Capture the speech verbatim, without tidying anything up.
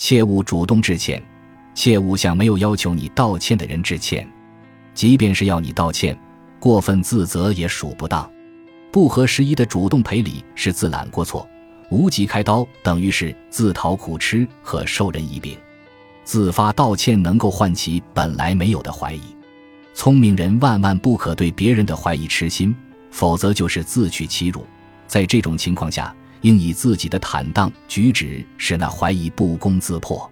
切勿主动致歉，切勿向没有要求你道歉的人致歉，即便是要你道歉，过分自责也属不当。不合时宜的主动赔礼是自揽过错，无极开刀等于是自讨苦吃和授人以柄。自发道歉能够唤起本来没有的怀疑。聪明人万万不可对别人的怀疑痴心，否则就是自取其辱。在这种情况下，应以自己的坦荡举止使那怀疑不攻自破。